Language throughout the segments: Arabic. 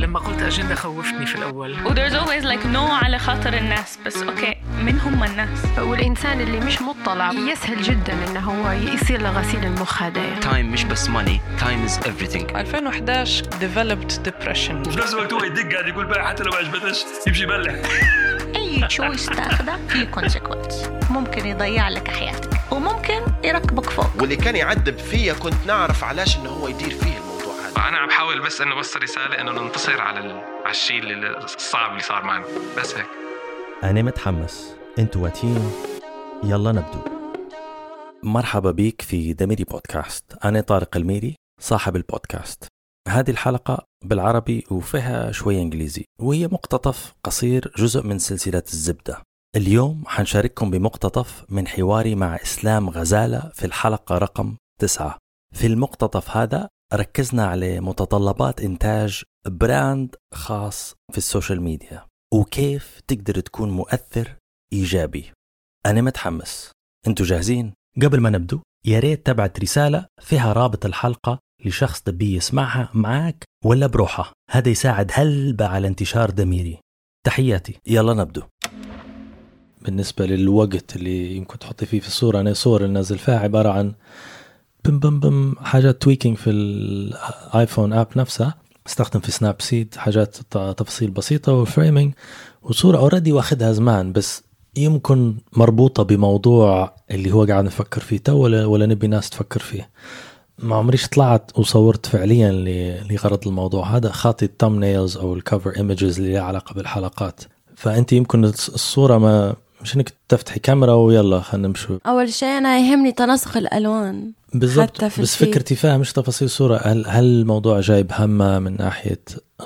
لما قلت أجندة خوفتني في الأول. و there's always like no على خاطر الناس، بس أوكي من هم الناس؟ والإنسان اللي مش مطلع يسهل جدا إنه هو يصير لغسيل المخ هذا. time مش بس money، time is everything. 2011 developed depression. وفي نفس الوقت هو يدق قاعد يقول بقى حتى لو ما عجبتش يمشي يبلح. أي تشويس تاخده فيه consequence، ممكن يضيع لك حياتك وممكن يركبك فوق. واللي كان يعذب فيا كنت نعرف علاش إنه هو يدير فيه الموضوع هذا. أنا عم بحاول بس إنه بس رسالة إنه ننتصر على الشيء الصعب اللي صار معنا، بس هيك. أنا متحمس، أنتوا واتين، يلا نبدو. مرحبا بيك في دميري بودكاست. أنا طارق الميري صاحب البودكاست. هذه الحلقة بالعربي وفيها شوية إنجليزي، وهي مقتطف قصير جزء من سلسلة الزبدة. اليوم حنشارككم بمقتطف من حواري مع إسلام غزالة في الحلقة رقم 9. في المقتطف هذا ركزنا على متطلبات إنتاج براند خاص في السوشيال ميديا وكيف تقدر تكون مؤثر إيجابي. أنا متحمس، أنتوا جاهزين؟ قبل ما نبدو يا ريت تبعت رسالة فيها رابط الحلقة لشخص تبي يسمعها معك ولا بروحه، هذا يساعد هلبة على انتشار دميري. تحياتي، يلا نبدو. بالنسبة للوقت اللي يمكن تحطي فيه في الصورة، أنا صور النازل فيها عبارة عن بم حاجات تويكينج في الآيفون آب نفسها، استخدم في سناب سيد حاجات تفاصيل بسيطة وفريمينج، وصورة أوريدي واخدها زمان بس يمكن مربوطة بموضوع اللي هو قاعد نفكر فيه تو ولا نبي ناس تفكر فيه. ما عمريش طلعت وصورت فعليا لغرض الموضوع هذا، خاطي التامنيلز أو الكفر ايميجز اللي لها علاقة بالحلقات. فأنت يمكن الصورة ما مش انك تفتحي كاميرا ويلا خلينا نمشي. اول شيء انا يهمني تناسق الالوان بالضبط، بس فكرتي فيها مش تفاصيل صورة. هل الموضوع جايب همه من ناحية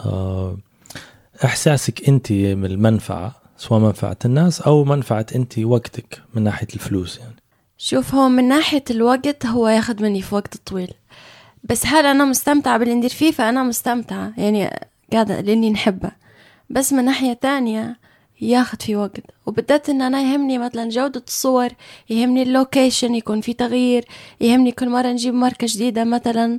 احساسك انت من المنفعة، سواء منفعة الناس او منفعة انت وقتك من ناحية الفلوس؟ يعني شوف، هو من ناحية الوقت هو ياخد مني في وقت طويل، بس هل انا مستمتعة باللي ندير فيه؟ فانا مستمتعة يعني قاعدة لاني نحبه، بس من ناحية تانية ياخد في وقت، وبالذات ان انا يهمني مثلا جودة الصور، يهمني اللوكيشن يكون في تغيير، يهمني كل مرة نجيب ماركة جديدة مثلا.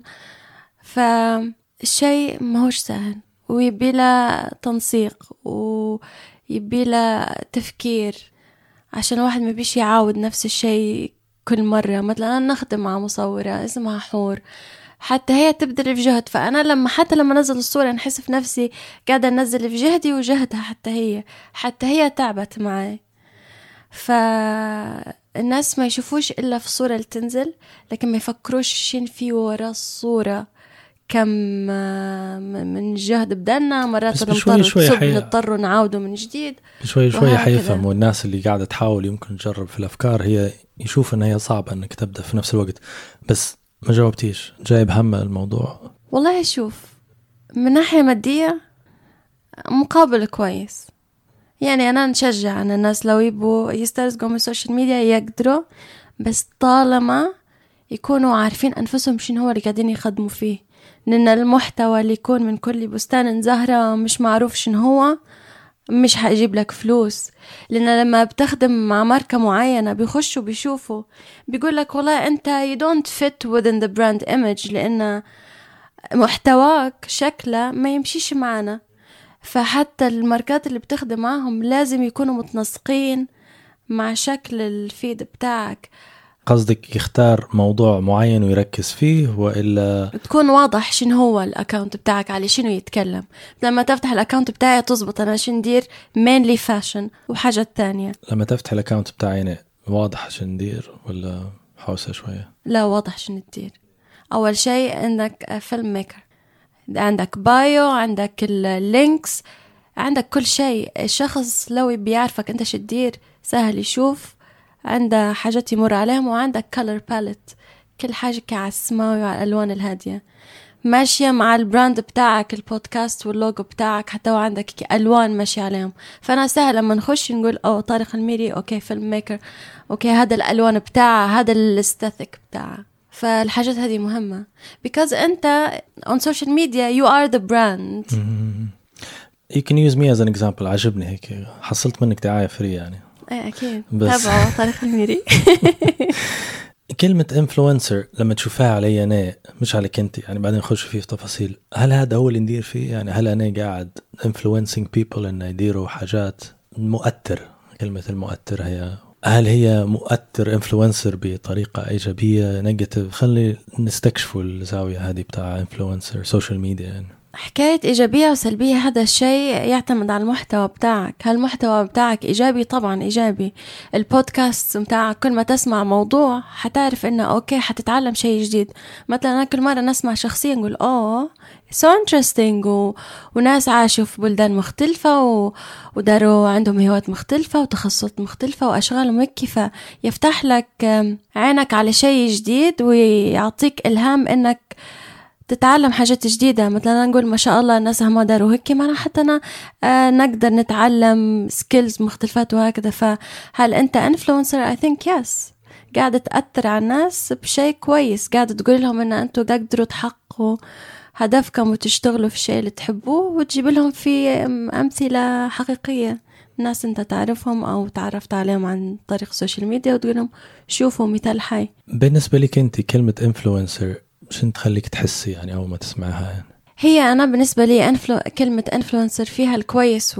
فالشيء ما هوش سهل، ويبي له تنسيق ويبي له تفكير، عشان الواحد ما بيش يعاود نفس الشيء كل مرة. مثلا أنا نخدم مع مصورة اسمها حور، حتى هي تبذل في جهد، فأنا حتى لما نزل الصورة نحس في نفسي قاعدة ننزل في جهدي وجهدها، حتى هي تعبت معي. فالناس ما يشوفوش إلا في الصورة اللي تنزل، لكن ما يفكروش شين في وراء الصورة، كم من جهد بدنا. مرات نضطر نعاوده من جديد. شوي حيفهموا الناس اللي قاعدة تحاول يمكن تجرب في الأفكار، هي يشوف أن هي صعبة أنك تبدأ في نفس الوقت. بس ما جاوبتيش، جايب هم الموضوع؟ والله شوف، من ناحية مادية مقابل كويس، يعني أنا نشجع أن الناس لو يبوا يسترزقوا من السوشيال ميديا يقدروا، بس طالما يكونوا عارفين أنفسهم شنو هو اللي قاعدين يخدموا فيه. لأن المحتوى اللي يكون من كل بستان زهرة مش معروف شنو هو، مش هيجيب لك فلوس. لأن لما بتخدم مع ماركة معينة بيخشوا بيشوفوا بيقول لك والله أنت you don't fit within the brand image، لأن محتواك شكله ما يمشيش معنا. فحتى الماركات اللي بتخدم معهم لازم يكونوا متنسقين مع شكل الفيد بتاعك. قصدك يختار موضوع معين ويركز فيه، وإلا تكون واضح شنو هو الأكاونت بتاعك، على شنو يتكلم. لما تفتح الأكاونت بتاعي تزبط أنا شن ندير mainly fashion وحاجة تانية. لما تفتح الأكاونت بتاعي واضح شن ندير ولا حوسة شوية؟ لا، واضح شن ندير. أول شيء عندك فيلم ميكر، عندك بايو، عندك اللينكس، عندك كل شيء. الشخص لو بيعرفك أنت شو تدير سهل يشوف، عنده حاجات يمر عليهم، وعندك color palette، كل حاجة كعسماوي وعلى الألوان الهادية ماشية مع البراند بتاعك، البودكاست واللوجو بتاعك حتى وعندك ألوان ماشية عليهم. فأنا سهل لما نخش نقول طارق الميري أوكي فيلم ميكر، أوكي هذا الألوان بتاعه، هذا الاستاتيك بتاعه. فالحاجات هذه مهمة because أنت on social media you are the brand. You can use me as an example. عجبني هيك، حصلت منك دعاية فري يعني. أكيد تابعوا طارق الميري. كلمة انفلونسر لما تشوفها علي أنا مش عليك أنت يعني بعدين نخش فيه في تفاصيل، هل هذا هو اللي ندير فيه؟ يعني هل أنا قاعد influencing people إنه يديروا حاجات مؤثر؟ كلمة المؤثر هل هي مؤثر انفلونسر بطريقة إيجابية نيجاتيف؟ خلي نستكشفوا الزاوية هذه بتاع انفلونسر سوشيال ميديا. يعني حكاية إيجابية وسلبية هذا الشيء يعتمد على المحتوى بتاعك. هل المحتوى بتاعك إيجابي؟ طبعا إيجابي. البودكاست بتاعك كل ما تسمع موضوع حتعرف إنه أوكي حتتعلم شيء جديد. مثلا أنا كل مرة نسمع شخصيا نقول so interesting وناس عاشوا في بلدان مختلفة وداروا عندهم هوايات مختلفة وتخصصات مختلفة وأشغال مكفة، يفتح لك عينك على شيء جديد ويعطيك إلهام إنك تتعلم حاجات جديدة. مثلا نقول ما شاء الله الناس هم داروا هيك، معنا حتى أنا نقدر نتعلم سكيلز مختلفات وهكذا. فهل أنت انفلونسر؟ I think yes. قاعدة تأثر على الناس بشيء كويس، قاعدة تقول لهم إن أنتوا تقدروا تحققوا هدفكم وتشتغلوا في الشيء اللي تحبوه، وتجيب لهم في أمثلة حقيقية الناس أنت تعرفهم أو تعرفت عليهم عن طريق السوشيال ميديا وتقول لهم شوفوا مثال حي. بالنسبة لك أنت كلمة انفلونسر شو تخليك تحسي يعني أول ما تسمعها؟ يعني هي أنا بالنسبة لي كلمة انفلونسر فيها الكويس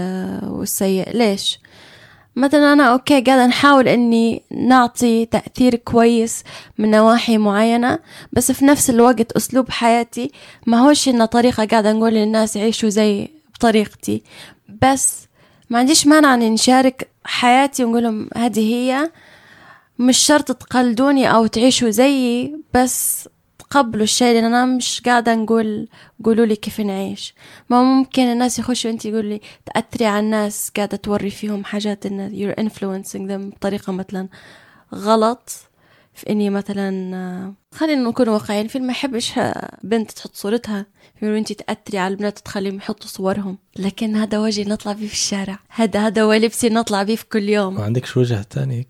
والسيء. ليش؟ مثلا أنا أوكي قاعدة نحاول أني نعطي تأثير كويس من نواحي معينة، بس في نفس الوقت أسلوب حياتي ما هوش إنه طريقة قاعدة نقول للناس يعيشوا زي بطريقتي، بس ما عنديش مانع أن نشارك حياتي ونقولهم هذه هي، مش شرط تقلدوني أو تعيشوا زيي، بس قبلوا الشيء، لأن أنا مش قاعدة قولوا لي كيف نعيش. ما ممكن الناس يخشوا أنت يقول لي تأثري على الناس، قاعدة توري فيهم حاجات إن you're influencing them بطريقة مثلا غلط. في إني مثلا خلينا نكون واقعيين، في ما يحبش بنت تحط صورتها يقولوا أنت تأثري على البنات تخليهم يحطوا صورهم، لكن هذا وجهي نطلع بيه في الشارع، هذا هو لبسي نطلع بيه في كل يوم. ما عندكش وجه تاني؟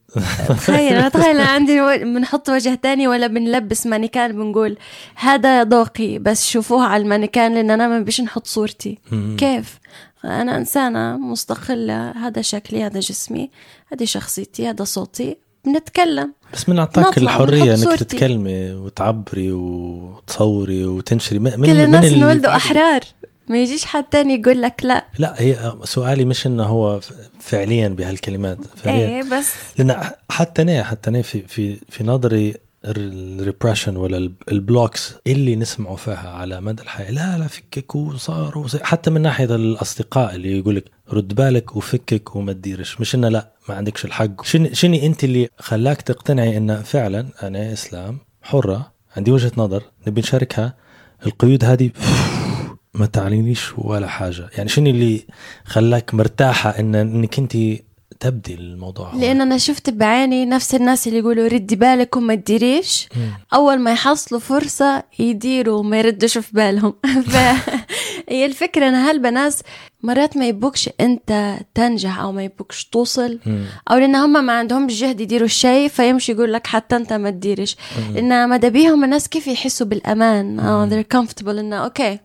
تخيل عندي بنحط وجه تاني ولا بنلبس مانيكان بنقول هذا ذوقي، بس شوفوها على المانيكان لأن أنا ما بيش نحط صورتي. كيف؟ أنا إنسانة مستقلة، هذا شكلي، هذا جسمي، هذه شخصيتي، هذا صوتي، بنتكلم. بس من أعطاك الحرية إنك تتكلمي وتعبري وتصوري وتنشري. كل الناس نولدوا أحرار، ما يجيش حد تاني يقول لك لا. هي سؤالي مش إنه هو فعليا بهالكلمات فعليا. إيه بس لأن حتى أنا في نظري الريبريشن ولا البلوكس اللي نسمعوا فيها على مدى الحياة، لا فكك وصاروا، حتى من ناحية الأصدقاء اللي يقولك رد بالك وفكك وما تديرش، مش إنه لا ما عندكش الحق. شني أنت اللي خلاك تقتنعي إنه فعلا أنا إسلام حرة، عندي وجهة نظر نبي نشاركها، القيود هذه ما تعلينيش ولا حاجة؟ يعني شنو اللي خلاك مرتاحة إنك أنت تبدي الموضوع؟ لأن أنا شفت بعيني نفس الناس اللي يقولوا ردي بالك وما تديريش، أول ما يحصلوا فرصة يديروا وما يردش في بالهم. هي الفكرة أن هالبناس مرات ما يبوكش أنت تنجح أو ما يبوكش توصل، أو لأن هم ما عندهم جهد يديروا الشيء فيمشي يقول لك حتى أنت ما تديرش. لأن ماذا بيهم الناس كيف يحسوا بالأمان، they're comfortable إنه أوكي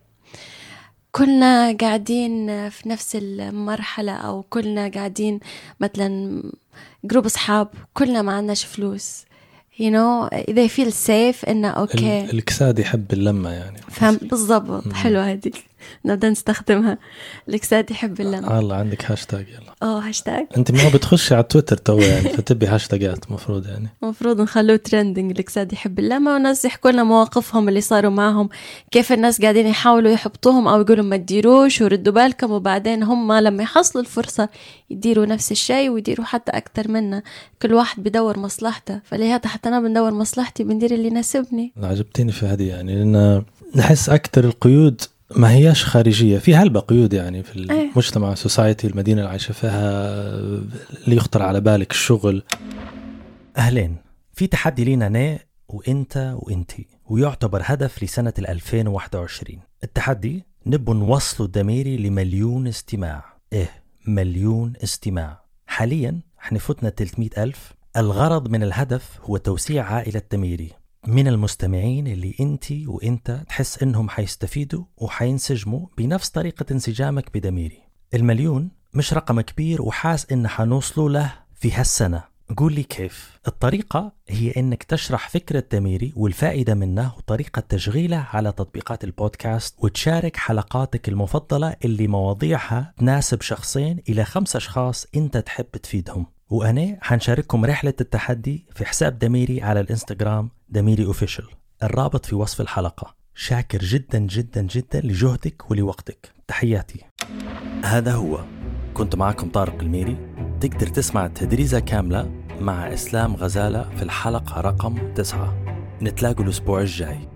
كلنا قاعدين في نفس المرحلة، أو كلنا قاعدين مثلا جروب أصحاب كلنا ما عندناش فلوس، they feel safe إنه أوكي. الكساد يحب اللمة يعني. فهم بالضبط. حلوة هذه، نبدأ نستخدمها. الكساد يحب اللمة. الله عندك هاشتاج؟ يلا هاشتاج. أنت ما بتخشي على تويتر تو يعني فتبي هاشتاجات، مفروض يعني مفروض نخلوه ترندنج. الكساد يحب اللمة، والناس يحكوا لنا مواقفهم اللي صاروا معهم، كيف الناس قاعدين يحاولوا يحبطوهم أو يقولوا ما تديروش وردوا بالكم، وبعدين هم لما يحصلوا الفرصة يديروا نفس الشيء ويديروا حتى أكتر منا. كل واحد بدور مصلحته، فلهذا حتى أنا بندور مصلحتي بندير اللي يناسبني. عجبتني في هذه يعني، لأن نحس أكتر القيود ما هياش خارجية، في هلبة قيود يعني في المجتمع سوسايتي، المدينة اللي عايشة فيها، اللي يخطر على بالك الشغل. أهلين، في تحدي لينا أنا وإنت وإنتي، ويعتبر هدف لسنة 2021. التحدي نبو نوصلوا الدميري ل1,000,000 استماع. 1,000,000 استماع. حاليا احنا فتنا 300,000. الغرض من الهدف هو توسيع عائلة دميري من المستمعين اللي انتي وانت تحس انهم حيستفيدوا وحينسجموا بنفس طريقة انسجامك بدميري. 1,000,000 مش رقم كبير، وحاس ان حنوصلوا له في هالسنة، قول لي كيف. الطريقة هي إنك تشرح فكرة دميري والفائدة منه وطريقة تشغيله على تطبيقات البودكاست، وتشارك حلقاتك المفضلة اللي مواضيعها تناسب 2 إلى 5 أشخاص أنت تحب تفيدهم. وأنا حنشارككم رحلة التحدي في حساب دميري على الإنستغرام دميري أوفيشل، الرابط في وصف الحلقة. شاكر جدا جدا جدا لجهدك ولوقتك، تحياتي. هذا هو، كنت معكم طارق الميري. تقدر تسمع التدريزة كاملة مع إسلام غزالة في الحلقة رقم 9. نتلاقوا الأسبوع الجاي.